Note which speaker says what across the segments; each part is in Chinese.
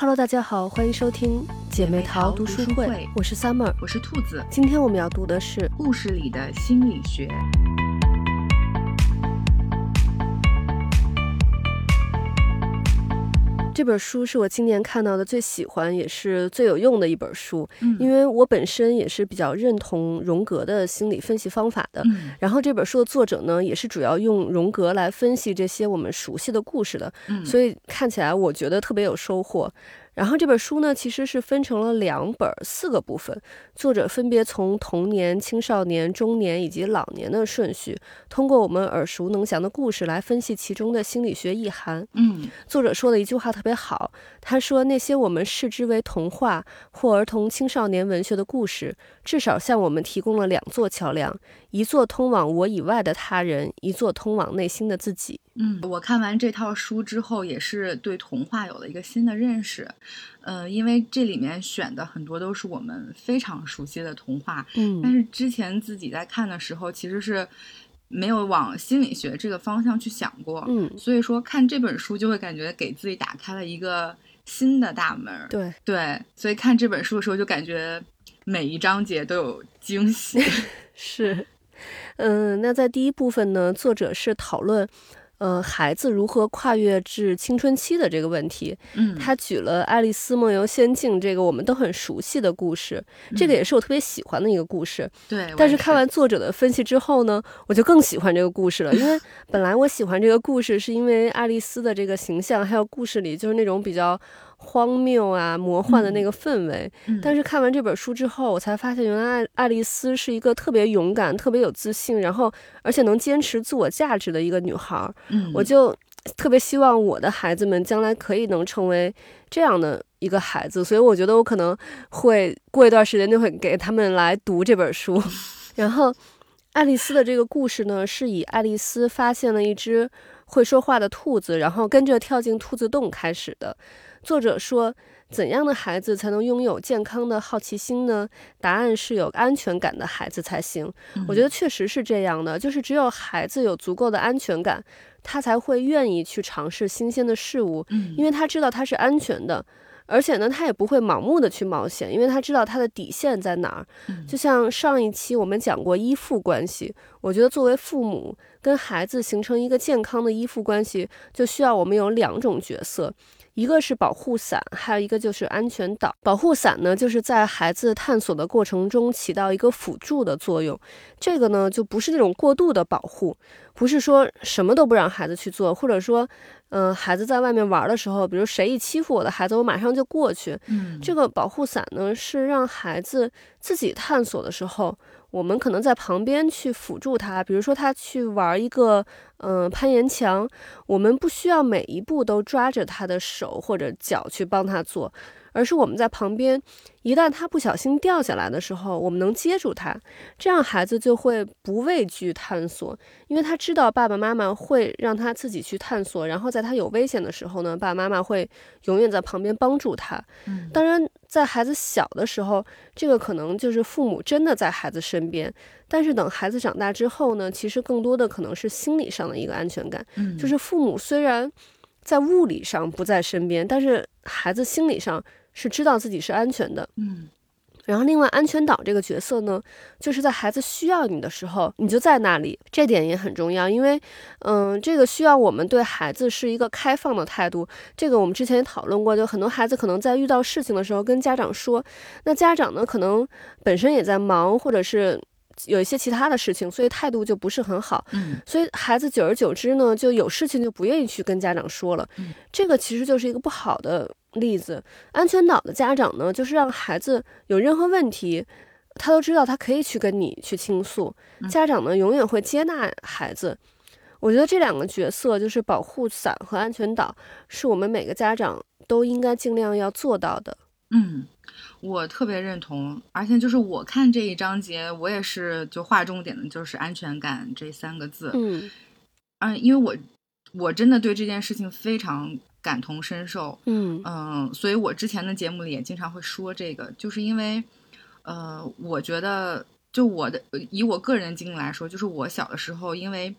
Speaker 1: Hello， 大家好，欢迎收听姐妹淘读书会，我是 Summer，
Speaker 2: 我是兔子。
Speaker 1: 今天我们要读的是
Speaker 2: 故事里的心理学。
Speaker 1: 这本书是我今年看到的最喜欢也是最有用的一本书，因为我本身也是比较认同荣格的心理分析方法的，然后这本书的作者呢也是主要用荣格来分析这些我们熟悉的故事的，所以看起来我觉得特别有收获。然后这本书呢其实是分成了2本4个部分，作者分别从童年、青少年、中年以及老年的顺序，通过我们耳熟能详的故事来分析其中的心理学意涵。作者说的一句话特别好，他说那些我们视之为童话或儿童青少年文学的故事，至少向我们提供了2座桥梁，一座通往我以外的他人，一座通往内心的自己。
Speaker 2: 我看完这套书之后也是对童话有了一个新的认识，因为这里面选的很多都是我们非常熟悉的童话，但是之前自己在看的时候其实是没有往心理学这个方向去想过，所以说看这本书就会感觉给自己打开了一个新的大门。对，所以看这本书的时候就感觉每一章节都有惊喜。
Speaker 1: 是，那在第一部分呢，作者是讨论孩子如何跨越至青春期的这个问题。他举了《爱丽丝梦游仙境》这个我们都很熟悉的故事，这个也是我特别喜欢的一个故事。
Speaker 2: 对，
Speaker 1: 但是看完作者的分析之后呢，我就更喜欢这个故事了，因为本来我喜欢这个故事是因为爱丽丝的这个形象，还有故事里就是那种比较荒谬啊魔幻的那个氛围，但是看完这本书之后，我才发现原来爱丽丝是一个特别勇敢、特别有自信，然后而且能坚持自我价值的一个女孩。我就特别希望我的孩子们将来可以能成为这样的一个孩子，所以我觉得我可能会过一段时间就会给他们来读这本书。然后爱丽丝的这个故事呢，是以爱丽丝发现了一只会说话的兔子，然后跟着跳进兔子洞开始的。作者说，怎样的孩子才能拥有健康的好奇心呢？答案是有安全感的孩子才行。我觉得确实是这样的，就是只有孩子有足够的安全感，他才会愿意去尝试新鲜的事物，因为他知道他是安全的。而且呢，他也不会盲目的去冒险，因为他知道他的底线在哪儿。就像上一期我们讲过依附关系，我觉得作为父母跟孩子形成一个健康的依附关系，就需要我们有2种角色，一个是保护伞，还有一个就是安全岛。保护伞呢，就是在孩子探索的过程中起到一个辅助的作用，这个呢就不是那种过度的保护，不是说什么都不让孩子去做，或者说孩子在外面玩的时候，比如谁一欺负我的孩子，我马上就过去。这个保护伞呢，是让孩子自己探索的时候，我们可能在旁边去辅助他，比如说他去玩一个攀岩墙，我们不需要每一步都抓着他的手或者脚去帮他做，而是我们在旁边，一旦他不小心掉下来的时候，我们能接住他，这样孩子就会不畏惧探索，因为他知道爸爸妈妈会让他自己去探索，然后在他有危险的时候呢，爸爸妈妈会永远在旁边帮助他。当然在孩子小的时候，这个可能就是父母真的在孩子身边，但是等孩子长大之后呢，其实更多的可能是心理上的一个安全感，就是父母虽然在物理上不在身边，但是孩子心理上是知道自己是安全的。然后另外安全岛这个角色呢，就是在孩子需要你的时候你就在那里，这点也很重要，因为这个需要我们对孩子是一个开放的态度。这个我们之前也讨论过，就很多孩子可能在遇到事情的时候跟家长说，那家长呢可能本身也在忙，或者是有一些其他的事情，所以态度就不是很好，所以孩子久而久之呢，就有事情就不愿意去跟家长说了，这个其实就是一个不好的例子。安全岛的家长呢，就是让孩子有任何问题，他都知道他可以去跟你去倾诉，家长呢永远会接纳孩子。我觉得这2个角色，就是保护伞和安全岛，是我们每个家长都应该尽量要做到的。
Speaker 2: 我特别认同，而且就是我看这一章节，我也是就划重点的就是安全感这3个字。因为我真的对这件事情非常感同身受。所以我之前的节目里也经常会说这个，就是因为我觉得就以我个人的经历来说，就是我小的时候因为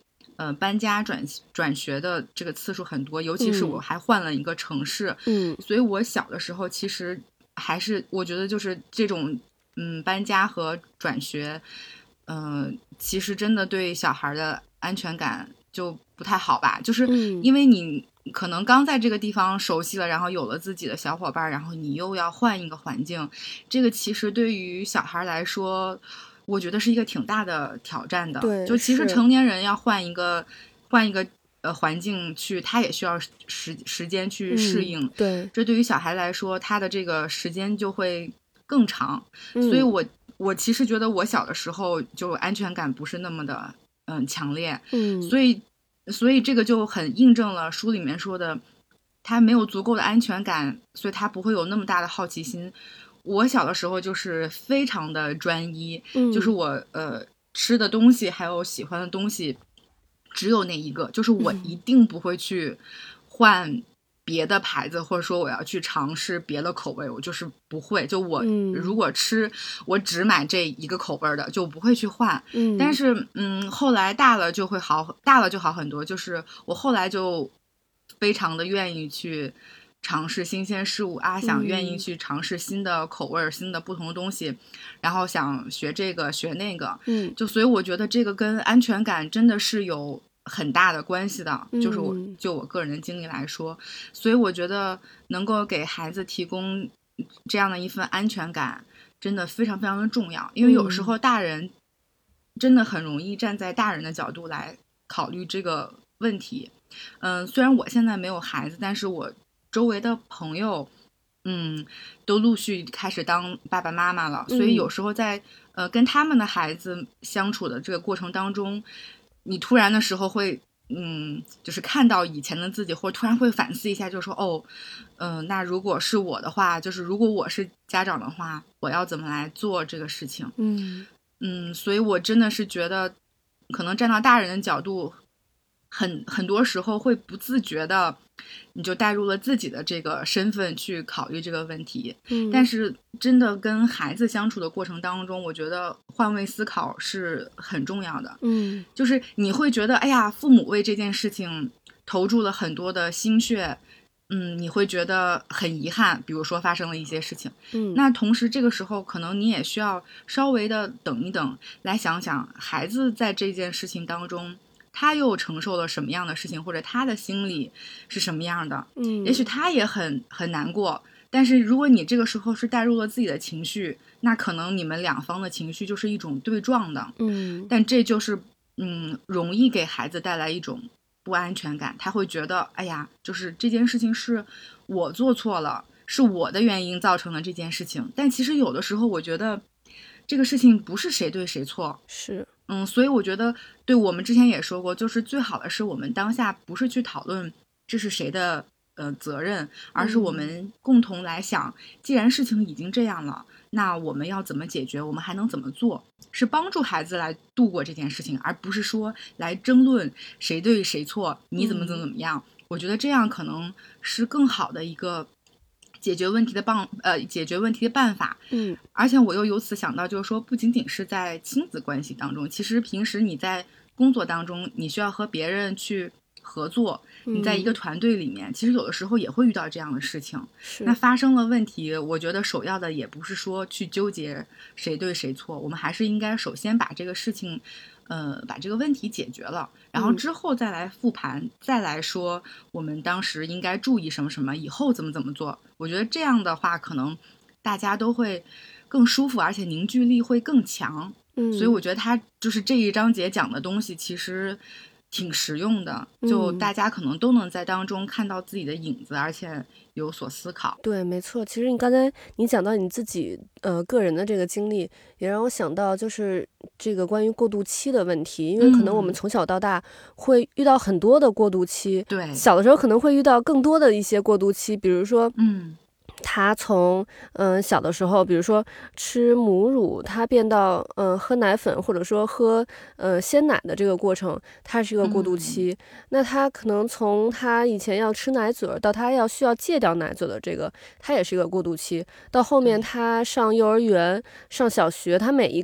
Speaker 2: 搬家转学的这个次数很多，尤其是我还换了一个城市，所以我小的时候其实还是我觉得就是这种搬家和转学，其实真的对小孩的安全感就不太好吧，就是因为你可能刚在这个地方熟悉了，然后有了自己的小伙伴，然后你又要换一个环境，这个其实对于小孩来说我觉得是一个挺大的挑战的。
Speaker 1: 对，
Speaker 2: 就其实成年人要换一个环境去，他也需要时间去适应，
Speaker 1: 对，
Speaker 2: 这对于小孩来说他的这个时间就会更长，所以我其实觉得我小的时候就安全感不是那么的强烈，所以这个就很印证了书里面说的，他没有足够的安全感，所以他不会有那么大的好奇心。我小的时候就是非常的专一，就是我吃的东西还有喜欢的东西只有那一个，就是我一定不会去换别的牌子，或者说我要去尝试别的口味，我就是不会。就我如果吃，我只买这一个口味的，就不会去换。但是后来大了就好很多。就是我后来就非常的愿意去尝试新鲜事物啊，愿意去尝试新的口味、新的不同的东西，然后想学这个学那个。就所以我觉得这个跟安全感真的是有很大的关系的，就是我个人的经历来说，所以我觉得能够给孩子提供这样的一份安全感真的非常非常的重要，因为有时候大人真的很容易站在大人的角度来考虑这个问题。虽然我现在没有孩子，但是我周围的朋友都陆续开始当爸爸妈妈了，所以有时候在跟他们的孩子相处的这个过程当中，你突然的时候会就是看到以前的自己，或者突然会反思一下，就是说那如果是我的话，就是如果我是家长的话，我要怎么来做这个事情。所以我真的是觉得可能站到大人的角度，很多时候会不自觉的你就带入了自己的这个身份去考虑这个问题。但是真的跟孩子相处的过程当中，我觉得换位思考是很重要的。就是你会觉得哎呀，父母为这件事情投注了很多的心血，你会觉得很遗憾，比如说发生了一些事情。那同时这个时候可能你也需要稍微的等一等，来想想孩子在这件事情当中他又承受了什么样的事情，或者他的心理是什么样的。也许他也很难过，但是如果你这个时候是带入了自己的情绪，那可能你们两方的情绪就是一种对撞的。但这就是容易给孩子带来一种不安全感，他会觉得哎呀，就是这件事情是我做错了，是我的原因造成的这件事情。但其实有的时候我觉得这个事情不是谁对谁错，
Speaker 1: 是
Speaker 2: 所以我觉得对，我们之前也说过，就是最好的是我们当下不是去讨论这是谁的责任，而是我们共同来想，既然事情已经这样了，那我们要怎么解决，我们还能怎么做，是帮助孩子来度过这件事情，而不是说来争论谁对谁错，你怎么样。我觉得这样可能是更好的一个解决问题的办法。而且我又由此想到，就是说不仅仅是在亲子关系当中，其实平时你在工作当中，你需要和别人去合作，你在一个团队里面，其实有的时候也会遇到这样的事情。那发生了问题，我觉得首要的也不是说去纠结谁对谁错，我们还是应该首先把这个事情把这个问题解决了，然后之后再来复盘，再来说我们当时应该注意什么什么，以后怎么做。我觉得这样的话可能大家都会更舒服，而且凝聚力会更强。所以我觉得他就是这一章节讲的东西其实挺实用的，就大家可能都能在当中看到自己的影子，而且有所思考。
Speaker 1: 对，没错。其实你刚才讲到你自己个人的这个经历，也让我想到就是这个关于过渡期的问题，因为可能我们从小到大会遇到很多的过渡期。对，小的时候可能会遇到更多的一些过渡期，比如说他从小的时候，比如说吃母乳，他变到喝奶粉，或者说喝鲜奶的这个过程，它是一个过渡期。那他可能从他以前要吃奶嘴到他需要戒掉奶嘴的这个，他也是一个过渡期。到后面他上幼儿园、上小学，他每一个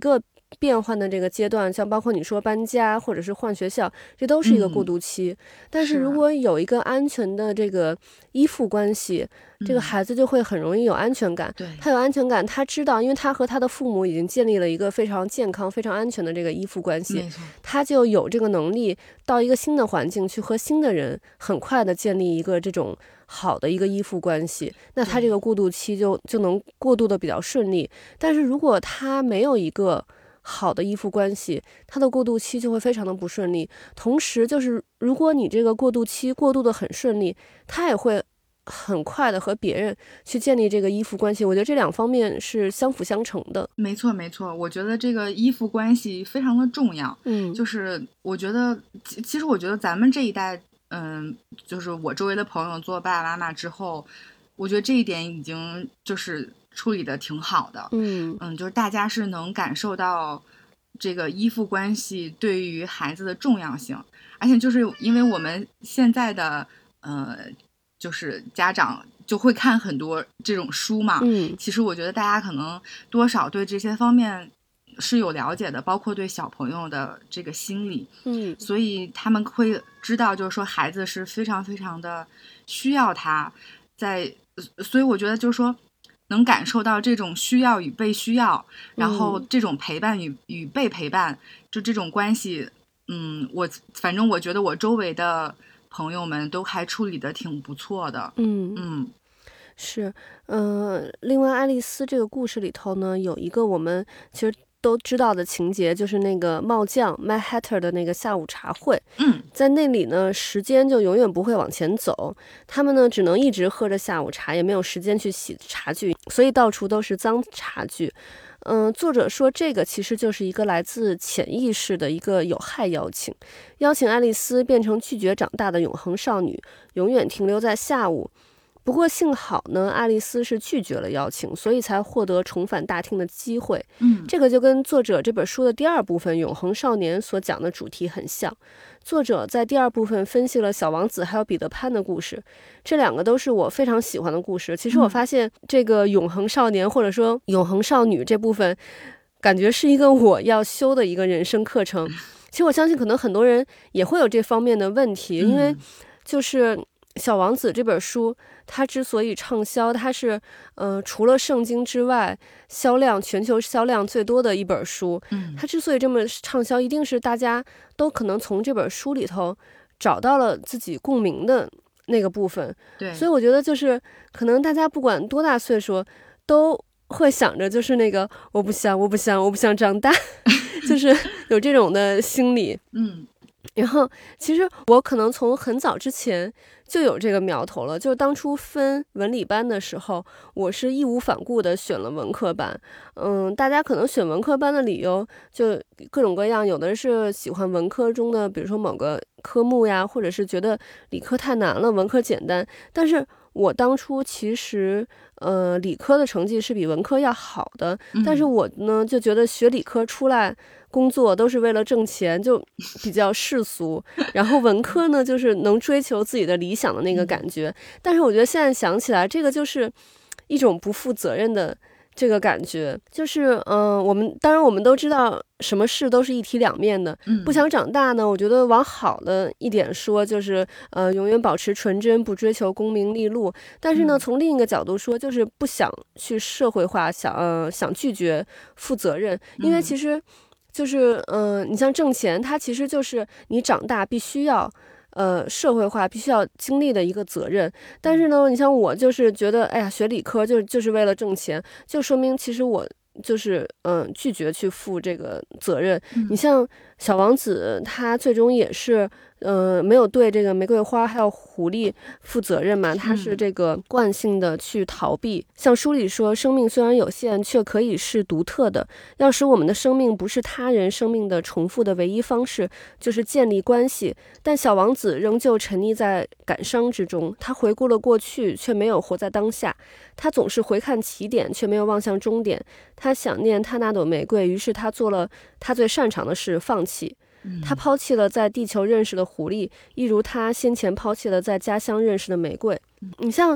Speaker 1: 变换的这个阶段，像包括你说搬家或者是换学校，这都是一个过渡期。但是如果有一个安全的这个依附关系，这个孩子就会很容易有安全感。他有安全感，他知道，因为他和他的父母已经建立了一个非常健康、非常安全的这个依附关系，他就有这个能力到一个新的环境去和新的人很快的建立一个这种好的一个依附关系。那他这个过渡期就能过渡的比较顺利。但是如果他没有一个好的依附关系，他的过渡期就会非常的不顺利。同时就是如果你这个过渡期过渡的很顺利，他也会很快的和别人去建立这个依附关系。我觉得这两方面是相辅相成的。
Speaker 2: 没错没错，我觉得这个依附关系非常的重要。就是我觉得其实我觉得咱们这一代就是我周围的朋友做爸爸妈妈之后，我觉得这一点已经就是处理的挺好的。就是大家是能感受到这个依附关系对于孩子的重要性，而且就是因为我们现在的就是家长就会看很多这种书嘛。其实我觉得大家可能多少对这些方面是有了解的，包括对小朋友的这个心理。所以他们会知道，就是说孩子是非常非常的需要他所以我觉得就是说能感受到这种需要与被需要，然后这种陪伴与被陪伴，就这种关系。反正我觉得我周围的朋友们都还处理的挺不错的。
Speaker 1: 是。另外爱丽丝这个故事里头呢，有一个我们其实都知道的情节，就是那个帽匠 Mad Hatter 的那个下午茶会。在那里呢，时间就永远不会往前走，他们呢只能一直喝着下午茶，也没有时间去洗茶具，所以到处都是脏茶具。作者说这个其实就是一个来自潜意识的一个有害邀请爱丽丝变成拒绝长大的永恒少女，永远停留在下午。不过幸好呢，爱丽丝是拒绝了邀请，所以才获得重返大厅的机会。这个就跟作者这本书的第二部分《永恒少年》所讲的主题很像。作者在第二部分分析了小王子还有彼得潘的故事，这两个都是我非常喜欢的故事。其实我发现这个永恒少年或者说永恒少女这部分，感觉是一个我要修的一个人生课程。其实我相信可能很多人也会有这方面的问题，因为就是小王子这本书它之所以畅销，它是除了圣经之外全球销量最多的一本书。它之所以这么畅销，一定是大家都可能从这本书里头找到了自己共鸣的那个部分。所以我觉得就是可能大家不管多大岁数都会想着就是那个我不想长大就是有这种的心理。然后其实我可能从很早之前就有这个苗头了，就是当初分文理班的时候，我是义无反顾的选了文科班。大家可能选文科班的理由就各种各样，有的是喜欢文科中的比如说某个科目呀，或者是觉得理科太难了，文科简单。但是我当初其实理科的成绩是比文科要好的，但是我呢就觉得学理科出来工作都是为了挣钱，就比较世俗。然后文科呢就是能追求自己的理想的那个感觉。但是我觉得现在想起来，这个就是一种不负责任的这个感觉。就是当然我们都知道什么事都是一体两面的。不想长大呢，我觉得往好的一点说，就是永远保持纯真，不追求功名利禄。但是呢，从另一个角度说，就是不想去社会化，想拒绝负责任。因为其实就是你像挣钱，它其实就是你长大必须要社会化必须要经历的一个责任。但是呢，你像我就是觉得，哎呀，学理科就是为了挣钱，就说明其实我就是拒绝去负这个责任。你像小王子，他最终也是没有对这个玫瑰花还有狐狸负责任嘛，他是这个惯性的去逃避。像书里说，生命虽然有限，却可以是独特的。要使我们的生命不是他人生命的重复的唯一方式，就是建立关系。但小王子仍旧沉溺在感伤之中，他回顾了过去，却没有活在当下。他总是回看起点，却没有望向终点。他想念他那朵玫瑰，于是他做了他最擅长的事，放弃。他抛弃了在地球认识的狐狸，一如他先前抛弃了在家乡认识的玫瑰。你像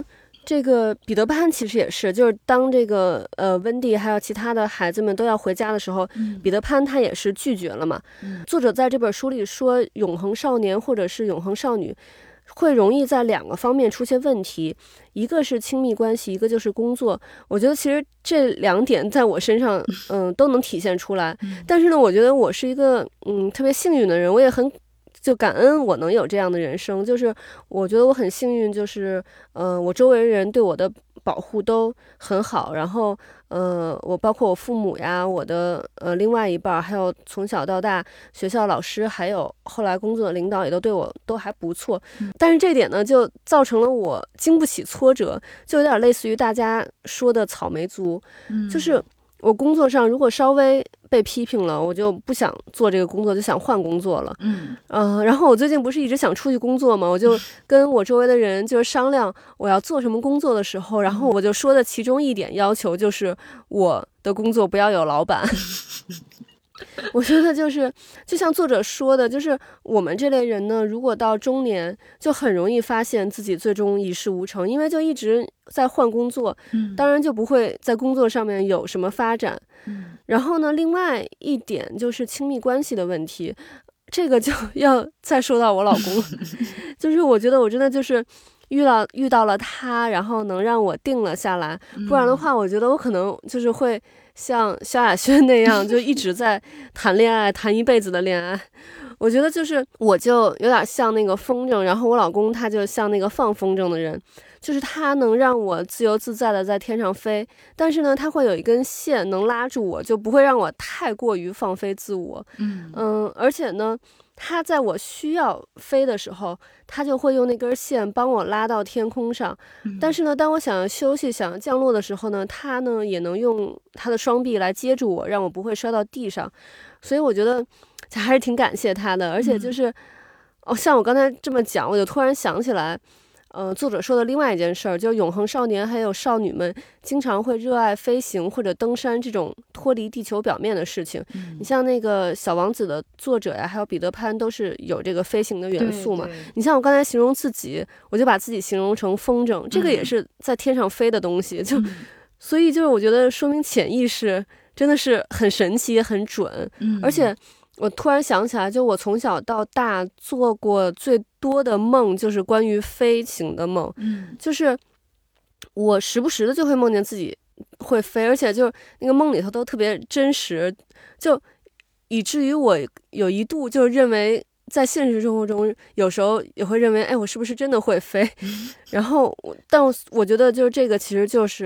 Speaker 1: 这个彼得潘其实也是，就是当这个温蒂还有其他的孩子们都要回家的时候，彼得潘他也是拒绝了嘛。作者在这本书里说，永恒少年或者是永恒少女会容易在2个方面出现问题，一个是亲密关系，一个就是工作。我觉得其实这2点在我身上都能体现出来。但是呢，我觉得我是一个特别幸运的人，我也很就感恩我能有这样的人生，就是我觉得我很幸运，就是我周围人对我的保护都很好，然后我包括我父母呀，我的另外一半，还有从小到大学校老师，还有后来工作的领导也都对我都还不错。但是这点呢，就造成了我经不起挫折，就有点类似于大家说的草莓族，就是我工作上如果稍微被批评了，我就不想做这个工作，就想换工作了。然后我最近不是一直想出去工作吗？我就跟我周围的人就是商量我要做什么工作的时候，然后我就说的其中一点要求就是我的工作不要有老板。我觉得就像作者说的，就是我们这类人呢，如果到中年，就很容易发现自己最终一事无成，因为就一直在换工作，当然就不会在工作上面有什么发展。然后呢，另外一点就是亲密关系的问题，这个就要再说到我老公，就是我觉得我真的就是遇到了他，然后能让我定了下来，不然的话，我觉得我可能就是会像萧亚轩那样，就一直在谈恋爱，谈一辈子的恋爱。我觉得就是我就有点像那个风筝，然后我老公他就像那个放风筝的人，就是他能让我自由自在的在天上飞，但是呢，他会有一根线能拉住我，就不会让我太过于放飞自我。而且呢，他在我需要飞的时候，他就会用那根线帮我拉到天空上。但是呢，当我想要休息、想要降落的时候呢，他呢也能用他的双臂来接住我，让我不会摔到地上。所以我觉得还是挺感谢他的。而且就是像我刚才这么讲，我就突然想起来，作者说的另外一件事儿，就是永恒少年还有少女们经常会热爱飞行或者登山这种脱离地球表面的事情。你像那个小王子的作者呀，还有彼得潘都是有这个飞行的元素嘛。你像我刚才形容自己，我就把自己形容成风筝，这个也是在天上飞的东西。所以就是我觉得说明潜意识真的是很神奇也很准。而且我突然想起来，就我从小到大做过最多的梦就是关于飞行的梦。就是我时不时的就会梦见自己会飞，而且就是那个梦里头都特别真实，就以至于我有一度就认为在现实生活中有时候也会认为，哎，我是不是真的会飞？然后但我觉得就是这个其实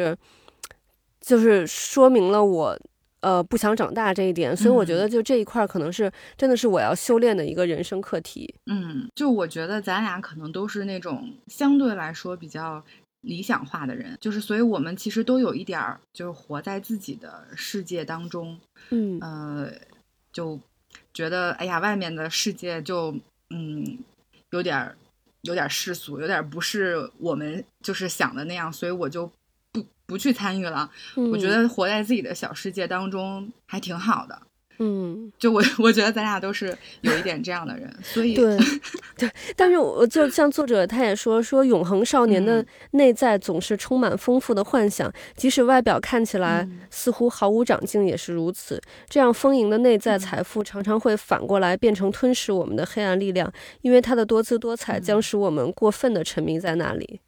Speaker 1: 就是说明了我不想长大这一点，所以我觉得就这一块可能是真的是我要修炼的一个人生课题。
Speaker 2: 就我觉得咱俩可能都是那种相对来说比较理想化的人，就是所以我们其实都有一点就是活在自己的世界当中。就觉得哎呀，外面的世界就有点世俗，有点不是我们就是想的那样，所以我就不去参与了。我觉得活在自己的小世界当中还挺好的。就我觉得咱俩都是有一点这样的人，所以
Speaker 1: 对，但是我就像作者他也说永恒少年的内在总是充满丰富的幻想，即使外表看起来似乎毫无长进也是如此。这样丰盈的内在财富常常会反过来变成吞噬我们的黑暗力量，因为它的多姿多彩将使我们过分的沉迷在那里。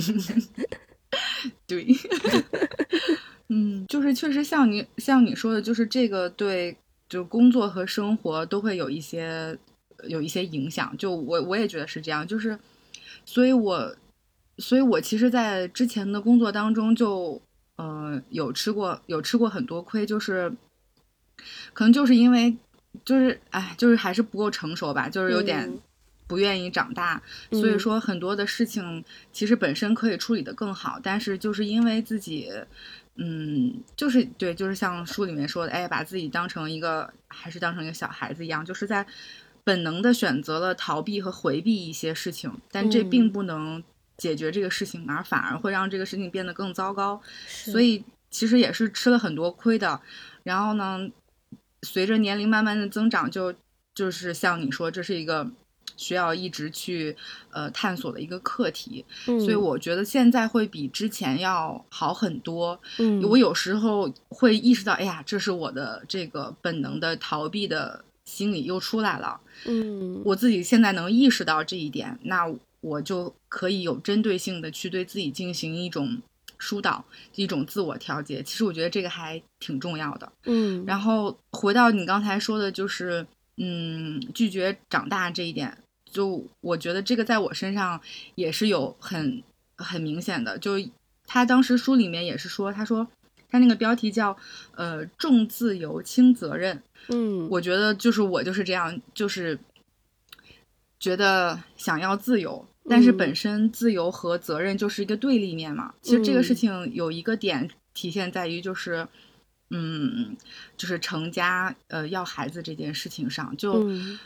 Speaker 2: 对。就是确实像你说的，就是这个对就工作和生活都会有一些影响。就我也觉得是这样，就是所以我其实在之前的工作当中就有吃过很多亏，就是可能就是因为就是还是不够成熟吧，就是有点不愿意长大，所以说很多的事情其实本身可以处理得更好，但是就是因为自己就是像书里面说的，把自己当成一个小孩子一样，就是在本能的选择了逃避和回避一些事情，但这并不能解决这个事情，而反而会让这个事情变得更糟糕。所以其实也是吃了很多亏的。然后呢，随着年龄慢慢的增长，就是像你说，这是一个需要一直去探索的一个课题。所以我觉得现在会比之前要好很多。我有时候会意识到，哎呀，这是我的这个本能的逃避的心理又出来了。我自己现在能意识到这一点，那我就可以有针对性的去对自己进行一种疏导，一种自我调节。其实我觉得这个还挺重要的。然后回到你刚才说的，就是拒绝长大这一点，就我觉得这个在我身上也是有很明显的。就他当时书里面也是说，他说他那个标题叫重自由轻责任。我觉得就是我就是这样，就是觉得想要自由，但是本身自由和责任就是一个对立面嘛。其实这个事情有一个点体现在于就是就是成家要孩子这件事情上，就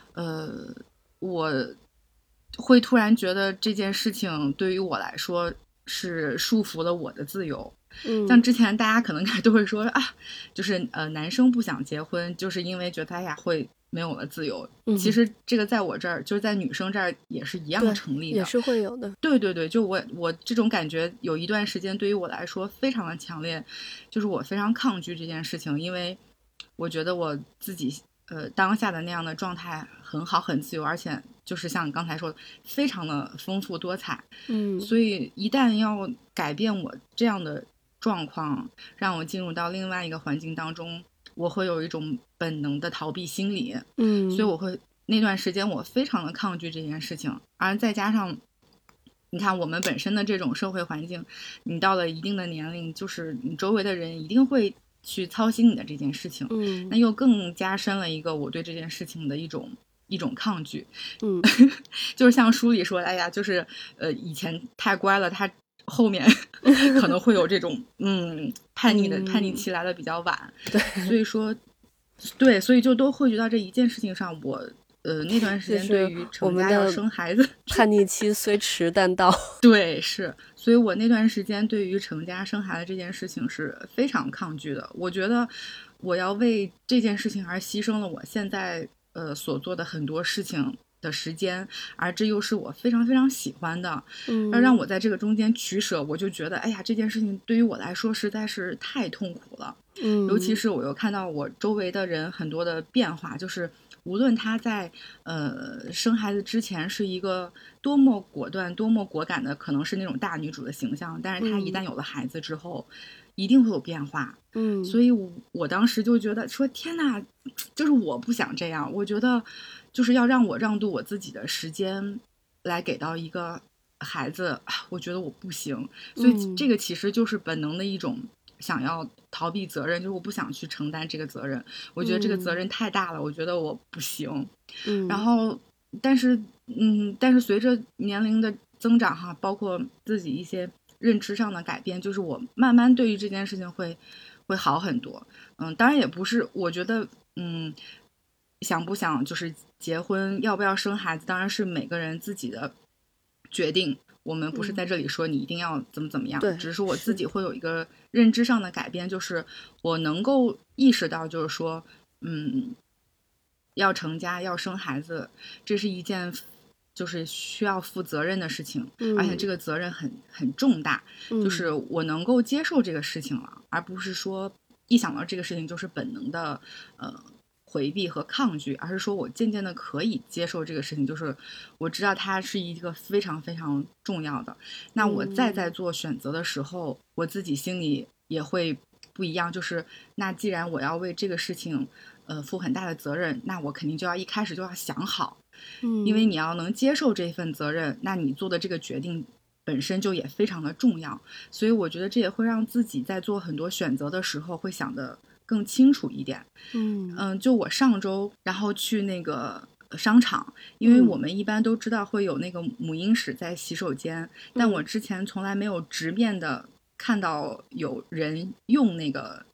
Speaker 2: 我会突然觉得这件事情对于我来说是束缚了我的自由。像之前大家可能都会说啊，就是男生不想结婚就是因为觉得他呀会没有了自由。其实这个在我这儿，就是在女生这儿也是一样成立的，
Speaker 1: 也是会有的。
Speaker 2: 对对对，就我这种感觉有一段时间对于我来说非常的强烈，就是我非常抗拒这件事情，因为我觉得我自己当下的那样的状态很好很自由，而且就是像你刚才说的非常的丰富多彩。所以一旦要改变我这样的状况，让我进入到另外一个环境当中，我会有一种本能的逃避心理。所以我会那段时间我非常的抗拒这件事情。而再加上你看我们本身的这种社会环境，你到了一定的年龄，就是你周围的人一定会去操心你的这件事情。那又更加深了一个我对这件事情的一种抗拒。就是像书里说，哎呀，就是以前太乖了，他后面可能会有这种叛逆期来的比较晚。
Speaker 1: 对，
Speaker 2: 所以说对，所以就都汇聚到这一件事情上。我那段时间对于成家要生孩子，
Speaker 1: 叛逆期虽迟但到。
Speaker 2: 对，是，所以我那段时间对于成家生孩子这件事情是非常抗拒的。我觉得我要为这件事情而牺牲了我现在所做的很多事情的时间，而这又是我非常非常喜欢的。要让我在这个中间取舍，我就觉得哎呀，这件事情对于我来说实在是太痛苦了。尤其是我又看到我周围的人很多的变化，就是无论他在生孩子之前是一个多么果断多么果敢的，可能是那种大女主的形象，但是他一旦有了孩子之后一定会有变化。所以我当时就觉得说天哪，就是我不想这样。我觉得就是要让我让渡我自己的时间来给到一个孩子，我觉得我不行。所以这个其实就是本能的一种想要逃避责任，就是我不想去承担这个责任。我觉得这个责任太大了，我觉得我不行。然后但是随着年龄的增长哈，包括自己一些认知上的改变，就是我慢慢对于这件事情会好很多。当然也不是，我觉得想不想就是结婚要不要生孩子，当然是每个人自己的决定。我们不是在这里说你一定要怎么样，只是我自己会有一个认知上的改变，就是我能够意识到，就是说要成家要生孩子，这是一件就是需要负责任的事情。而且这个责任很重大。就是我能够接受这个事情了，而不是说一想到这个事情就是本能的回避和抗拒，而是说我渐渐的可以接受这个事情，就是我知道它是一个非常非常重要的。那我在做选择的时候，我自己心里也会不一样，就是那既然我要为这个事情负很大的责任，那我肯定就要一开始就要想好。因为你要能接受这份责任，那你做的这个决定本身就也非常的重要。所以我觉得这也会让自己在做很多选择的时候会想得更清楚一点。就我上周然后去那个商场，因为我们一般都知道会有那个母婴室在洗手间，但我之前从来没有直面的看到有人用那个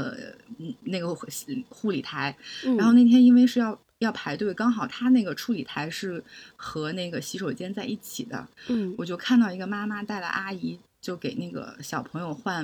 Speaker 2: 护理台。然后那天因为是要排队，刚好他那个处理台是和那个洗手间在一起的。我就看到一个妈妈带了阿姨，就给那个小朋友换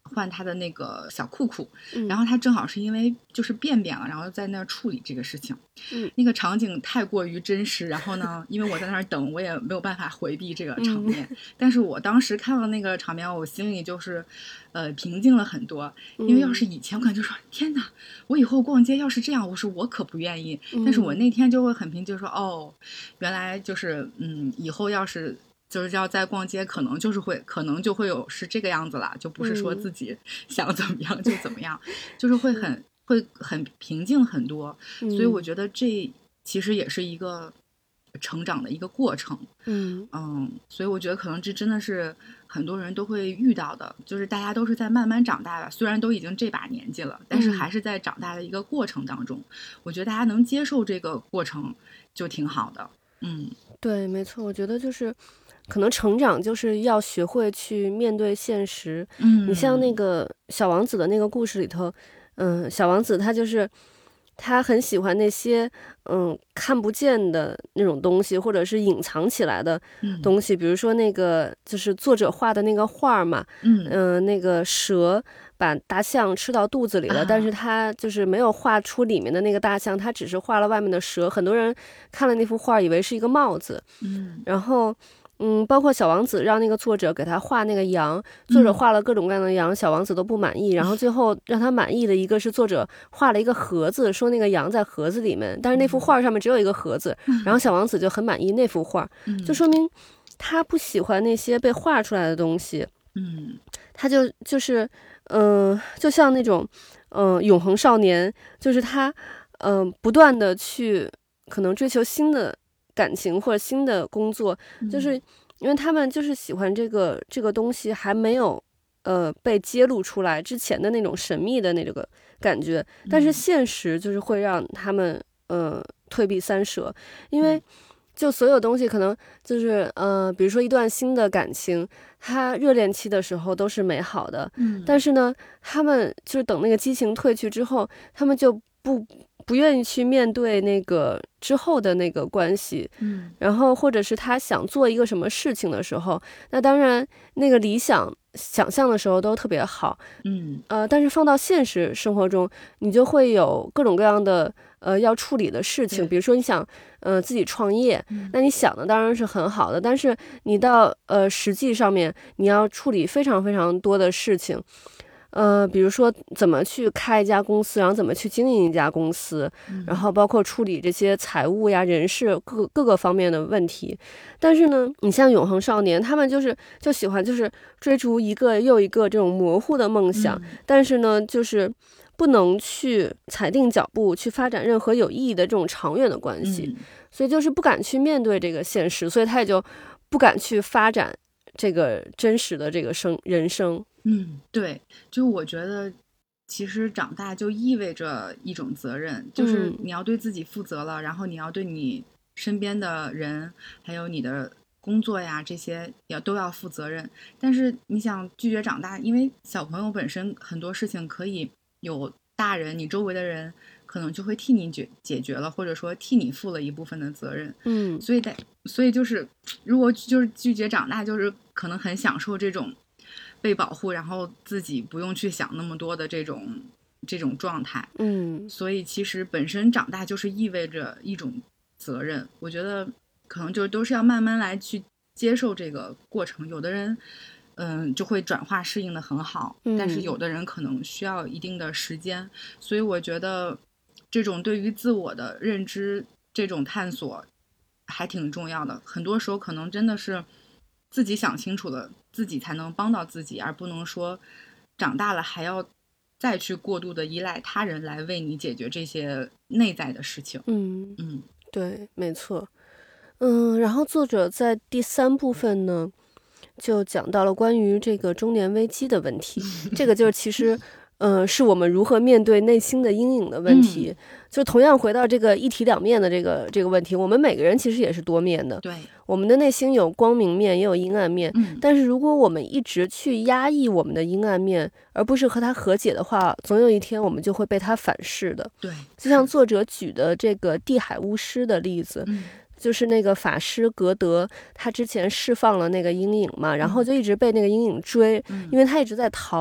Speaker 2: 换他的那个小裤裤，然后他正好是因为就是便便了，然后在那儿处理这个事情。那个场景太过于真实，然后呢，因为我在那儿等，我也没有办法回避这个场面。但是我当时看到那个场面，我心里就是平静了很多。因为要是以前，我可能就说天哪，我以后逛街要是这样，我可不愿意。但是我那天就会很平静，说哦，原来就是以后要是。就是要在逛街，可能就会有是这个样子了，就不是说自己想怎么样就怎么样，就是会很平静很多。所以我觉得这其实也是一个成长的一个过程。所以我觉得可能这真的是很多人都会遇到的，就是大家都是在慢慢长大的，虽然都已经这把年纪了，但是还是在长大的一个过程当中。我觉得大家能接受这个过程就挺好的。
Speaker 1: 对，没错，我觉得就是可能成长就是要学会去面对现实。你像那个小王子的那个故事里头，小王子他很喜欢那些看不见的那种东西，或者是隐藏起来的东西，比如说那个就是作者画的那个画嘛，那个蛇把大象吃到肚子里了，但是他就是没有画出里面的那个大象，他只是画了外面的蛇。很多人看了那幅画以为是一个帽子，然后包括小王子让那个作者给他画那个羊，作者画了各种各样的羊，小王子都不满意，然后最后让他满意的一个是作者画了一个盒子，说那个羊在盒子里面，但是那幅画上面只有一个盒子，然后小王子就很满意那幅画，就说明他不喜欢那些被画出来的东西。他就是就像那种永恒少年，就是他不断的去可能追求新的感情或者新的工作，就是因为他们就是喜欢这个东西还没有被揭露出来之前的那种神秘的那个感觉，但是现实就是会让他们退避三舍，因为就所有东西可能就是比如说一段新的感情，他热恋期的时候都是美好的，但是呢他们就是等那个激情褪去之后，他们就不愿意去面对那个之后的那个关系，然后或者是他想做一个什么事情的时候，那当然那个想象的时候都特别好，但是放到现实生活中，你就会有各种各样的要处理的事情，比如说你想自己创业，那你想的当然是很好的，但是你到实际上面你要处理非常非常多的事情。比如说怎么去开一家公司，然后怎么去经营一家公司，然后包括处理这些财务呀、人事各个方面的问题。但是呢，你像永恒少年，他们就喜欢就是追逐一个又一个这种模糊的梦想，但是呢，就是不能去踩定脚步去发展任何有意义的这种长远的关系，所以就是不敢去面对这个现实，所以他也就不敢去发展这个真实的这个人生。
Speaker 2: 对，就我觉得其实长大就意味着一种责任，就是你要对自己负责了，然后你要对你身边的人还有你的工作呀这些都要负责任。但是你想拒绝长大，因为小朋友本身很多事情可以有大人，你周围的人可能就会替你解决了，或者说替你负了一部分的责任。所以就是如果就是拒绝长大，就是可能很享受这种被保护，然后自己不用去想那么多的这种状态。所以其实本身长大就是意味着一种责任，我觉得可能就都是要慢慢来去接受这个过程。有的人就会转化适应的很好，但是有的人可能需要一定的时间。所以我觉得这种对于自我的认知这种探索还挺重要的，很多时候可能真的是自己想清楚了，自己才能帮到自己，而不能说长大了还要再去过度的依赖他人来为你解决这些内在的事情。
Speaker 1: 对，没错。然后作者在第3部分呢，就讲到了关于这个中年危机的问题。这个就是其实是我们如何面对内心的阴影的问题。就同样回到这个一体两面的这个问题，我们每个人其实也是多面的。
Speaker 2: 对，
Speaker 1: 我们的内心有光明面，也有阴暗面。但是如果我们一直去压抑我们的阴暗面，而不是和它和解的话，总有一天我们就会被它反噬的。
Speaker 2: 对，
Speaker 1: 就像作者举的这个地海巫师的例子。就是那个法师格德，他之前释放了那个阴影嘛，然后就一直被那个阴影追，因为他一直在逃。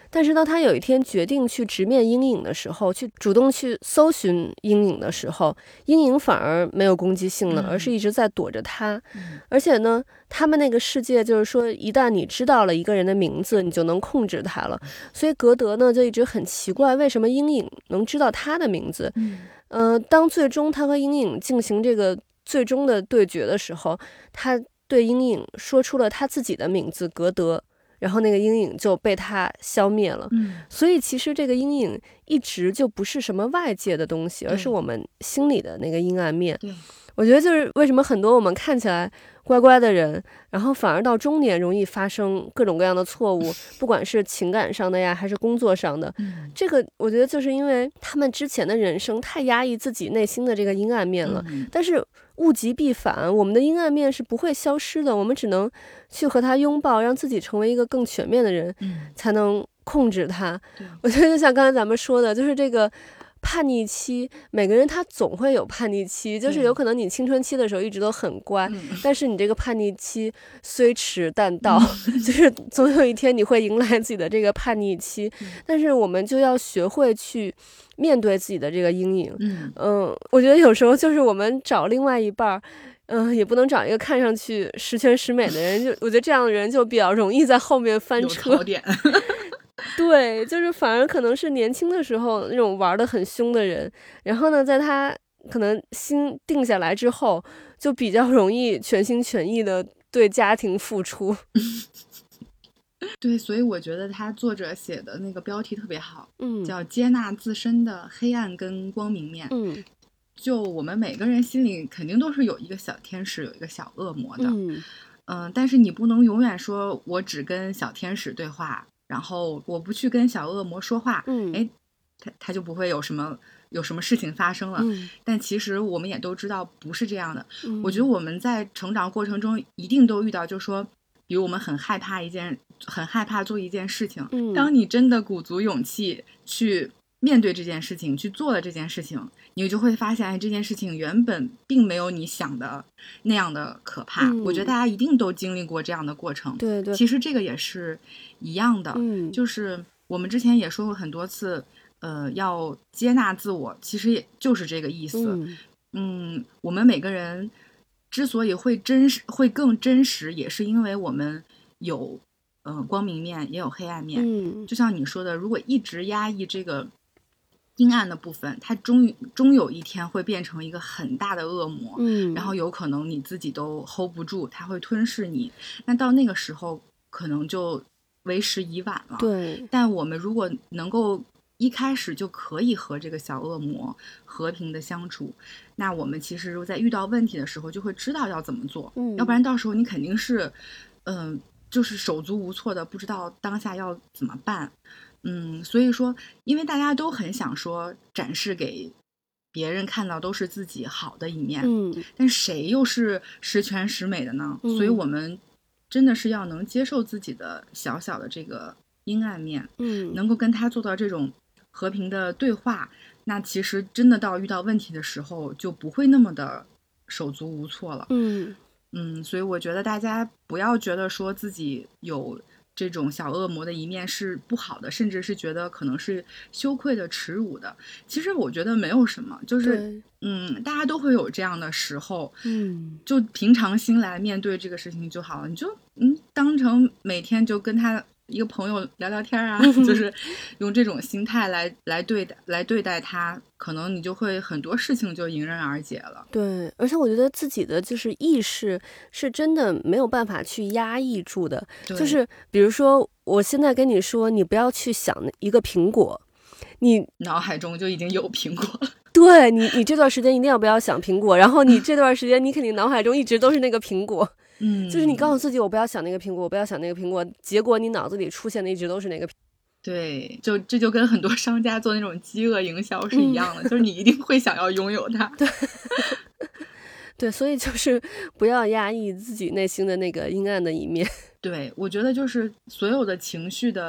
Speaker 1: 但是当他有一天决定去直面阴影的时候，去主动去搜寻阴影的时候，阴影反而没有攻击性了，而是一直在躲着他。而且呢，他们那个世界就是说，一旦你知道了一个人的名字，你就能控制他了。所以格德呢就一直很奇怪，为什么阴影能知道他的名字？当最终他和阴影进行这个最终的对决的时候，他对阴影说出了他自己的名字格德，然后那个阴影就被他消灭了。所以其实这个阴影一直就不是什么外界的东西，而是我们心里的那个阴暗面。我觉得就是为什么很多我们看起来乖乖的人，然后反而到中年容易发生各种各样的错误，不管是情感上的呀，还是工作上的。这个我觉得就是因为他们之前的人生太压抑自己内心的这个阴暗面了。但是物极必反，我们的阴暗面是不会消失的，我们只能去和它拥抱，让自己成为一个更全面的人，才能控制它。我觉得就像刚才咱们说的，就是这个叛逆期，每个人他总会有叛逆期，就是有可能你青春期的时候一直都很乖，但是你这个叛逆期虽迟但到，就是总有一天你会迎来自己的这个叛逆期。但是我们就要学会去面对自己的这个阴影。我觉得有时候就是我们找另外一半也不能找一个看上去十全十美的人，就我觉得这样的人就比较容易在后面翻车。
Speaker 2: 有槽点
Speaker 1: 对，就是反而可能是年轻的时候那种玩得很凶的人，然后呢，在他可能心定下来之后，就比较容易全心全意的对家庭付出。
Speaker 2: 对，所以我觉得他作者写的那个标题特别好，叫接纳自身的黑暗跟光明面。就我们每个人心里肯定都是有一个小天使，有一个小恶魔的。但是你不能永远说我只跟小天使对话，然后我不去跟小恶魔说话，他就不会有什么事情发生了。但其实我们也都知道不是这样的。我觉得我们在成长过程中一定都遇到，就是说比如我们很害怕做一件事情，当你真的鼓足勇气去面对这件事情，去做了这件事情，你就会发现这件事情原本并没有你想的那样的可怕。我觉得大家一定都经历过这样的过程。
Speaker 1: 对，
Speaker 2: 其实这个也是一样的。就是我们之前也说过很多次，要接纳自我，其实也就是这个意思。我们每个人之所以会更真实，也是因为我们有光明面，也有黑暗面。就像你说的，如果一直压抑这个阴暗的部分，它终有一天会变成一个很大的恶魔。然后有可能你自己都 hold 不住，它会吞噬你。那到那个时候可能就为时已晚了。
Speaker 1: 对，
Speaker 2: 但我们如果能够一开始就可以和这个小恶魔和平的相处，那我们其实在遇到问题的时候就会知道要怎么做。要不然到时候你肯定是就是手足无措的，不知道当下要怎么办。所以说因为大家都很想说展示给别人看到都是自己好的一面，但谁又是十全十美的呢？所以我们真的是要能接受自己的小小的这个阴暗面，能够跟他做到这种和平的对话，那其实真的到遇到问题的时候就不会那么的手足无措了。所以我觉得大家不要觉得说自己有这种小恶魔的一面是不好的，甚至是觉得可能是羞愧的、耻辱的。其实我觉得没有什么，就是大家都会有这样的时候，就平常心来面对这个事情就好了。你就当成每天就跟他一个朋友聊聊天啊，就是用这种心态来对待他，可能你就会很多事情就迎刃而解了。
Speaker 1: 对，而且我觉得自己的就是意识是真的没有办法去压抑住的。就是比如说我现在跟你说你不要去想一个苹果，你
Speaker 2: 脑海中就已经有苹果了。
Speaker 1: 对，你这段时间一定要不要想苹果，然后你这段时间你肯定脑海中一直都是那个苹果。就是你告诉自己我不要想那个苹果，我不要想那个苹果，结果你脑子里出现的一直都是那个苹果。
Speaker 2: 对，这就跟很多商家做那种饥饿营销是一样的，就是你一定会想要拥有它。
Speaker 1: 对，所以就是不要压抑自己内心的那个阴暗的一面。
Speaker 2: 对，我觉得就是所有的情绪的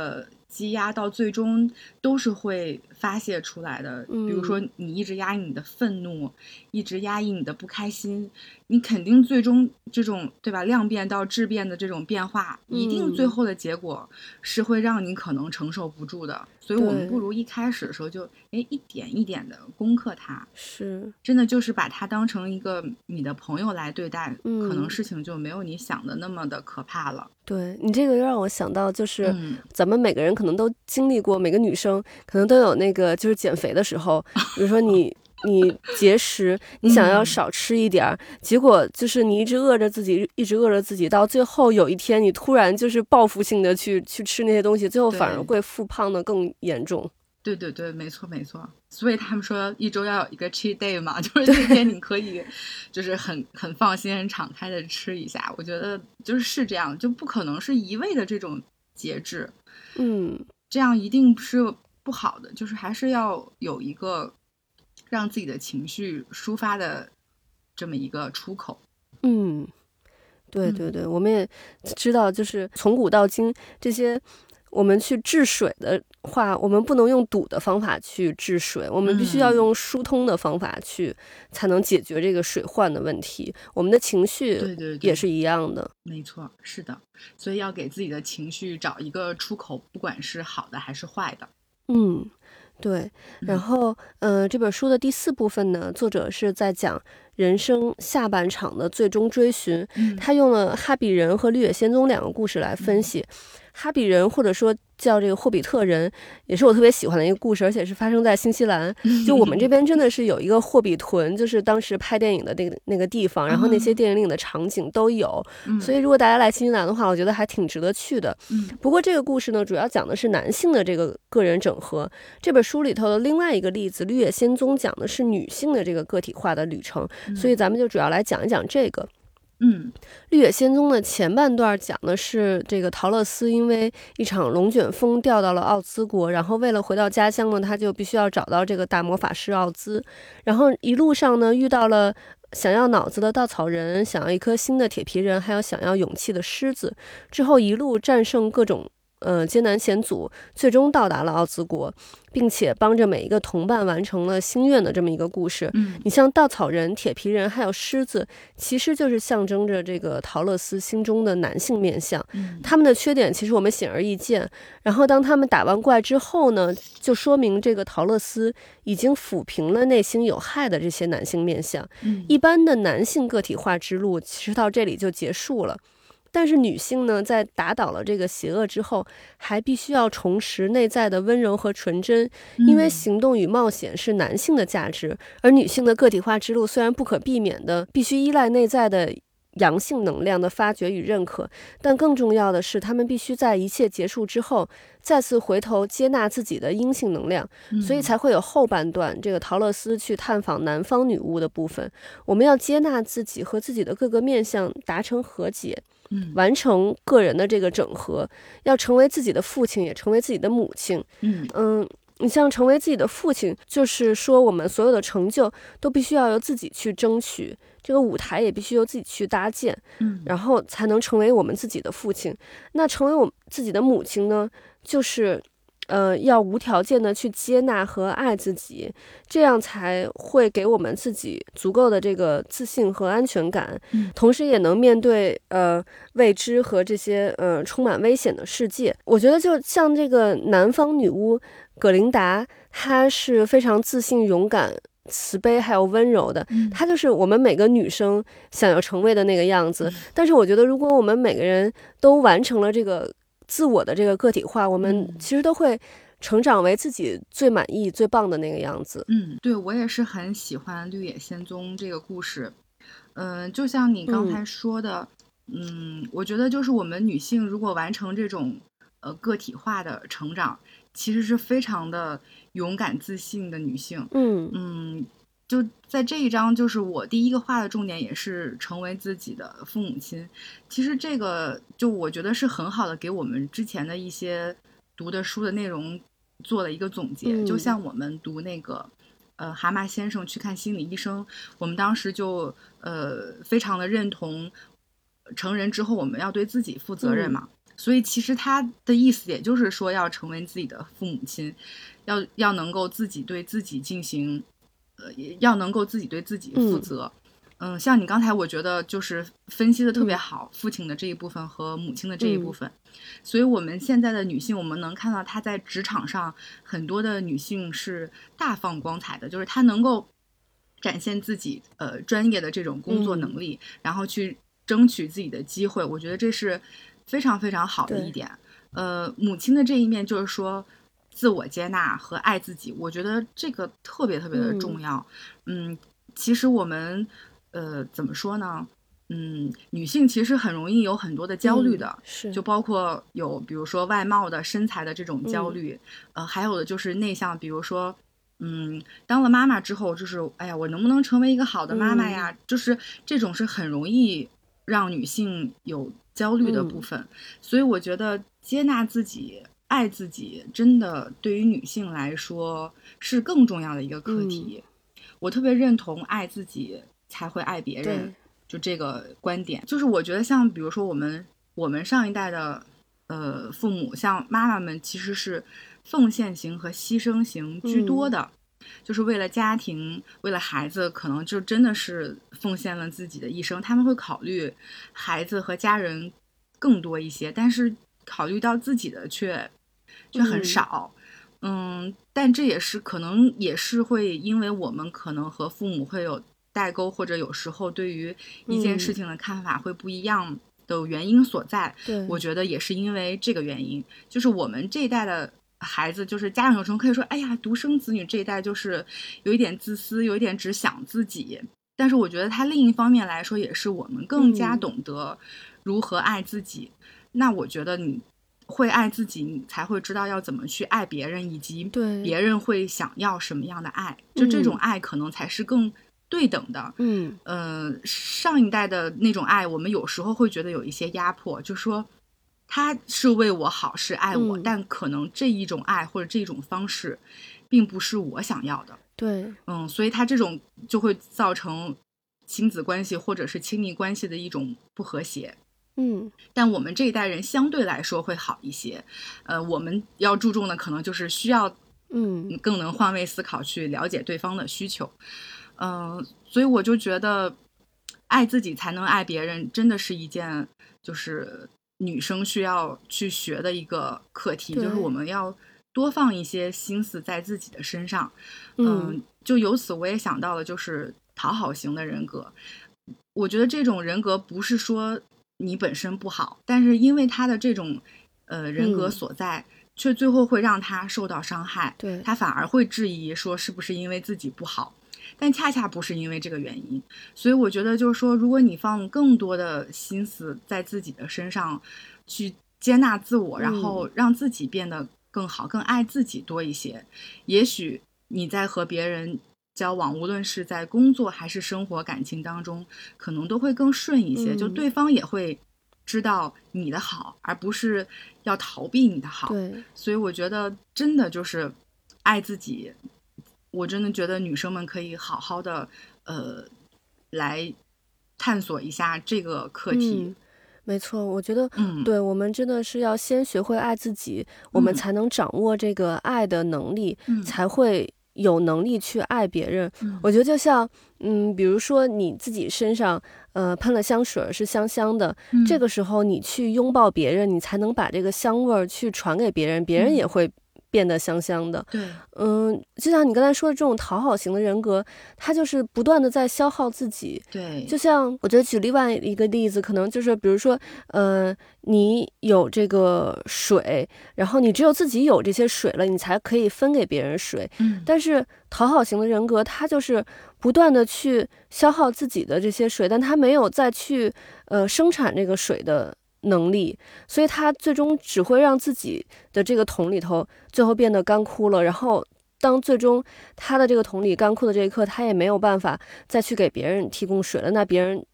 Speaker 2: 积压到最终都是会发泄出来的。比如说你一直压抑你的愤怒，一直压抑你的不开心，你肯定最终这种，对吧，量变到质变的这种变化，一定最后的结果是会让你可能承受不住的。所以我们不如一开始的时候就一点一点的攻克它，
Speaker 1: 是
Speaker 2: 真的就是把它当成一个你的朋友来对待，可能事情就没有你想的那么的可怕了。
Speaker 1: 对，你这个让我想到，就是咱们每个人可能都经历过，每个女生可能都有那个就是减肥的时候，比如说你节食，你想要少吃一点结果就是你一直饿着自己，一直饿着自己，到最后有一天你突然就是报复性的去吃那些东西，最后反而会复胖的更严重。
Speaker 2: 对对对，没错没错。所以他们说一周要有一个 cheat day 嘛，就是那天你可以就是很放心很敞开的吃一下。我觉得就是这样，就不可能是一味的这种节制，这样一定是不好的，就是还是要有一个让自己的情绪抒发的这么一个出口。
Speaker 1: 对对对，我们也知道，就是从古到今这些我们去治水的话，我们不能用堵的方法去治水，我们必须要用疏通的方法去才能解决这个水患的问题。我们的情绪也是一样的。
Speaker 2: 对，没错，是的。所以要给自己的情绪找一个出口，不管是好的还是坏的。
Speaker 1: 对。然后这本书的第4部分呢，作者是在讲人生下半场的最终追寻，他用了哈比人和绿野仙踪2个故事来分析。哈比人或者说叫这个霍比特人，也是我特别喜欢的一个故事，而且是发生在新西兰。就我们这边真的是有一个霍比屯，就是当时拍电影的那个地方，然后那些电影里的场景都有。所以如果大家来新西兰的话，我觉得还挺值得去的。不过这个故事呢，主要讲的是男性的这个个人整合。这本书里头的另外一个例子《绿野仙踪》讲的是女性的这个个体化的旅程，所以咱们就主要来讲一讲这个。绿野仙踪的前半段讲的是这个陶乐斯因为一场龙卷风掉到了奥兹国，然后为了回到家乡呢，他就必须要找到这个大魔法师奥兹，然后一路上呢遇到了想要脑子的稻草人，想要一颗心的铁皮人，还有想要勇气的狮子，之后一路战胜各种艰难险阻，最终到达了奥兹国，并且帮着每一个同伴完成了心愿的这么一个故事。你像稻草人、铁皮人还有狮子，其实就是象征着这个陶乐斯心中的男性面相。他们的缺点其实我们显而易见，然后当他们打完怪之后呢，就说明这个陶乐斯已经抚平了内心有害的这些男性面相。一般的男性个体化之路其实到这里就结束了。但是女性呢，在打倒了这个邪恶之后，还必须要重拾内在的温柔和纯真，因为行动与冒险是男性的价值，而女性的个体化之路虽然不可避免的必须依赖内在的阳性能量的发掘与认可，但更重要的是，他们必须在一切结束之后，再次回头接纳自己的阴性能量，所以才会有后半段这个陶乐斯去探访南方女巫的部分。我们要接纳自己和自己的各个面向达成和解，完成个人的这个整合，要成为自己的父亲，也成为自己的母亲。你像成为自己的父亲，就是说我们所有的成就都必须要由自己去争取，这个舞台也必须由自己去搭建，然后才能成为我们自己的父亲。那成为我们自己的母亲呢，就是要无条件的去接纳和爱自己，这样才会给我们自己足够的这个自信和安全感，同时也能面对未知和这些充满危险的世界。我觉得就像这个南方女巫葛琳达，她是非常自信、勇敢、慈悲还有温柔的，她就是我们每个女生想要成为的那个样子。但是我觉得如果我们每个人都完成了这个自我的这个个体化，我们其实都会成长为自己最满意最棒的那个样子。
Speaker 2: 对，我也是很喜欢绿野仙踪这个故事。就像你刚才说的，我觉得就是我们女性如果完成这种个体化的成长，其实是非常的勇敢自信的女性。就在这一章，就是我第一个画的重点也是成为自己的父母亲。其实这个就我觉得是很好的给我们之前的一些读的书的内容做了一个总结。就像我们读那个蛤蟆先生去看心理医生，我们当时就非常的认同成人之后我们要对自己负责任嘛。 所以其实他的意思也就是说要成为自己的父母亲，要能够自己对自己进行，要能够自己对自己负责。像你刚才我觉得就是分析的特别好，父亲的这一部分和母亲的这一部分。所以我们现在的女性，我们能看到她在职场上很多的女性是大放光彩的，就是她能够展现自己专业的这种工作能力，然后去争取自己的机会，我觉得这是非常非常好的一点。母亲的这一面就是说自我接纳和爱自己，我觉得这个特别特别的重要。其实我们怎么说呢？女性其实很容易有很多的焦虑的，就包括有比如说外貌的、身材的这种焦虑，还有的就是内向，比如说当了妈妈之后，就是哎呀，我能不能成为一个好的妈妈呀？就是这种是很容易让女性有焦虑的部分。所以我觉得接纳自己、爱自己，真的对于女性来说是更重要的一个课题。我特别认同爱自己才会爱别人，就这个观点。就是我觉得像比如说我们上一代的父母，像妈妈们其实是奉献型和牺牲型居多的，就是为了家庭为了孩子，可能就真的是奉献了自己的一生。他们会考虑孩子和家人更多一些，但是考虑到自己的却很少。但这也是可能也是会因为我们可能和父母会有代沟，或者有时候对于一件事情的看法会不一样的原因所在。我觉得也是因为这个原因，就是我们这一代的孩子，就是家长有时候可以说，哎呀，独生子女这一代就是有一点自私，有一点只想自己。但是我觉得他另一方面来说，也是我们更加懂得如何爱自己。那我觉得你会爱自己，你才会知道要怎么去爱别人，以及别人会想要什么样的爱。就这种爱可能才是更对等的。上一代的那种爱，我们有时候会觉得有一些压迫，就说他是为我好，是爱我，但可能这一种爱或者这种方式并不是我想要的。所以他这种就会造成亲子关系或者是亲密关系的一种不和谐。但我们这一代人相对来说会好一些。我们要注重的可能就是需要更能换位思考，去了解对方的需求。所以我就觉得爱自己才能爱别人，真的是一件就是女生需要去学的一个课题，就是我们要多放一些心思在自己的身上。就由此我也想到了就是讨好型的人格。我觉得这种人格不是说你本身不好，但是因为他的这种人格所在，却最后会让他受到伤害。他反而会质疑说是不是因为自己不好，但恰恰不是因为这个原因。所以我觉得就是说，如果你放更多的心思在自己的身上，去接纳自我，然后让自己变得更好，更爱自己多一些，也许你在和别人交往，无论是在工作还是生活感情当中，可能都会更顺一些。就对方也会知道你的好，而不是要逃避你的好。所以我觉得真的就是爱自己，我真的觉得女生们可以好好的来探索一下这个课题。
Speaker 1: 没错，我觉得对，我们真的是要先学会爱自己，我们才能掌握这个爱的能力，才会有能力去爱别人。我觉得就像比如说你自己身上喷了香水是香香的，这个时候你去拥抱别人，你才能把这个香味去传给别人，别人也会变得香香的。就像你刚才说的这种讨好型的人格，他就是不断的在消耗自己。就像我觉得举另外一个例子，可能就是比如说你有这个水，然后你只有自己有这些水了，你才可以分给别人水。但是讨好型的人格，他就是不断的去消耗自己的这些水，但他没有再去生产这个水的能力，所以他最终只会让自己的这个桶里头最后变得干枯了。然后当最终他的这个桶里干枯的这一刻，他也没有办法再去给别人提供水了，那别人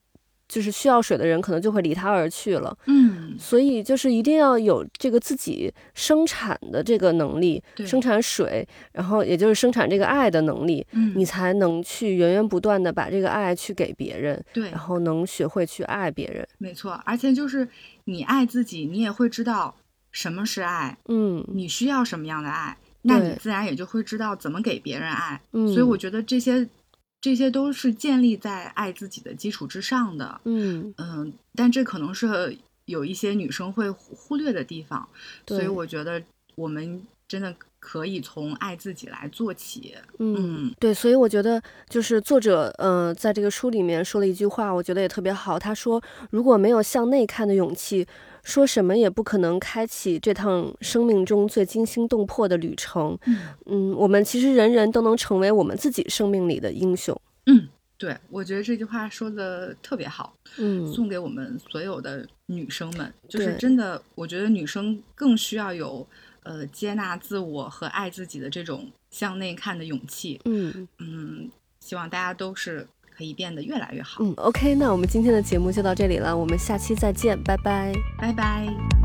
Speaker 1: 就是需要水的人可能就会离他而去了。所以就是一定要有这个自己生产的这个能力，生产水，然后也就是生产这个爱的能力，你才能去源源不断的把这个爱去给别人，
Speaker 2: 对，
Speaker 1: 然后能学会去爱别人。
Speaker 2: 没错，而且就是你爱自己，你也会知道什么是爱，你需要什么样的爱，那你自然也就会知道怎么给别人爱。所以我觉得这些都是建立在爱自己的基础之上的。但这可能是有一些女生会忽略的地方，所以我觉得我们真的可以从爱自己来做起。
Speaker 1: 对，所以我觉得就是作者在这个书里面说了一句话，我觉得也特别好。他说，如果没有向内看的勇气，说什么也不可能开启这趟生命中最惊心动魄的旅程。我们其实人人都能成为我们自己生命里的英雄。
Speaker 2: 对，我觉得这句话说的特别好，送给我们所有的女生们，就是真的，我觉得女生更需要有接纳自我和爱自己的这种向内看的勇气。希望大家都是可以变得越来越好。
Speaker 1: OK， 那我们今天的节目就到这里了，我们下期再见，拜拜，
Speaker 2: 拜拜。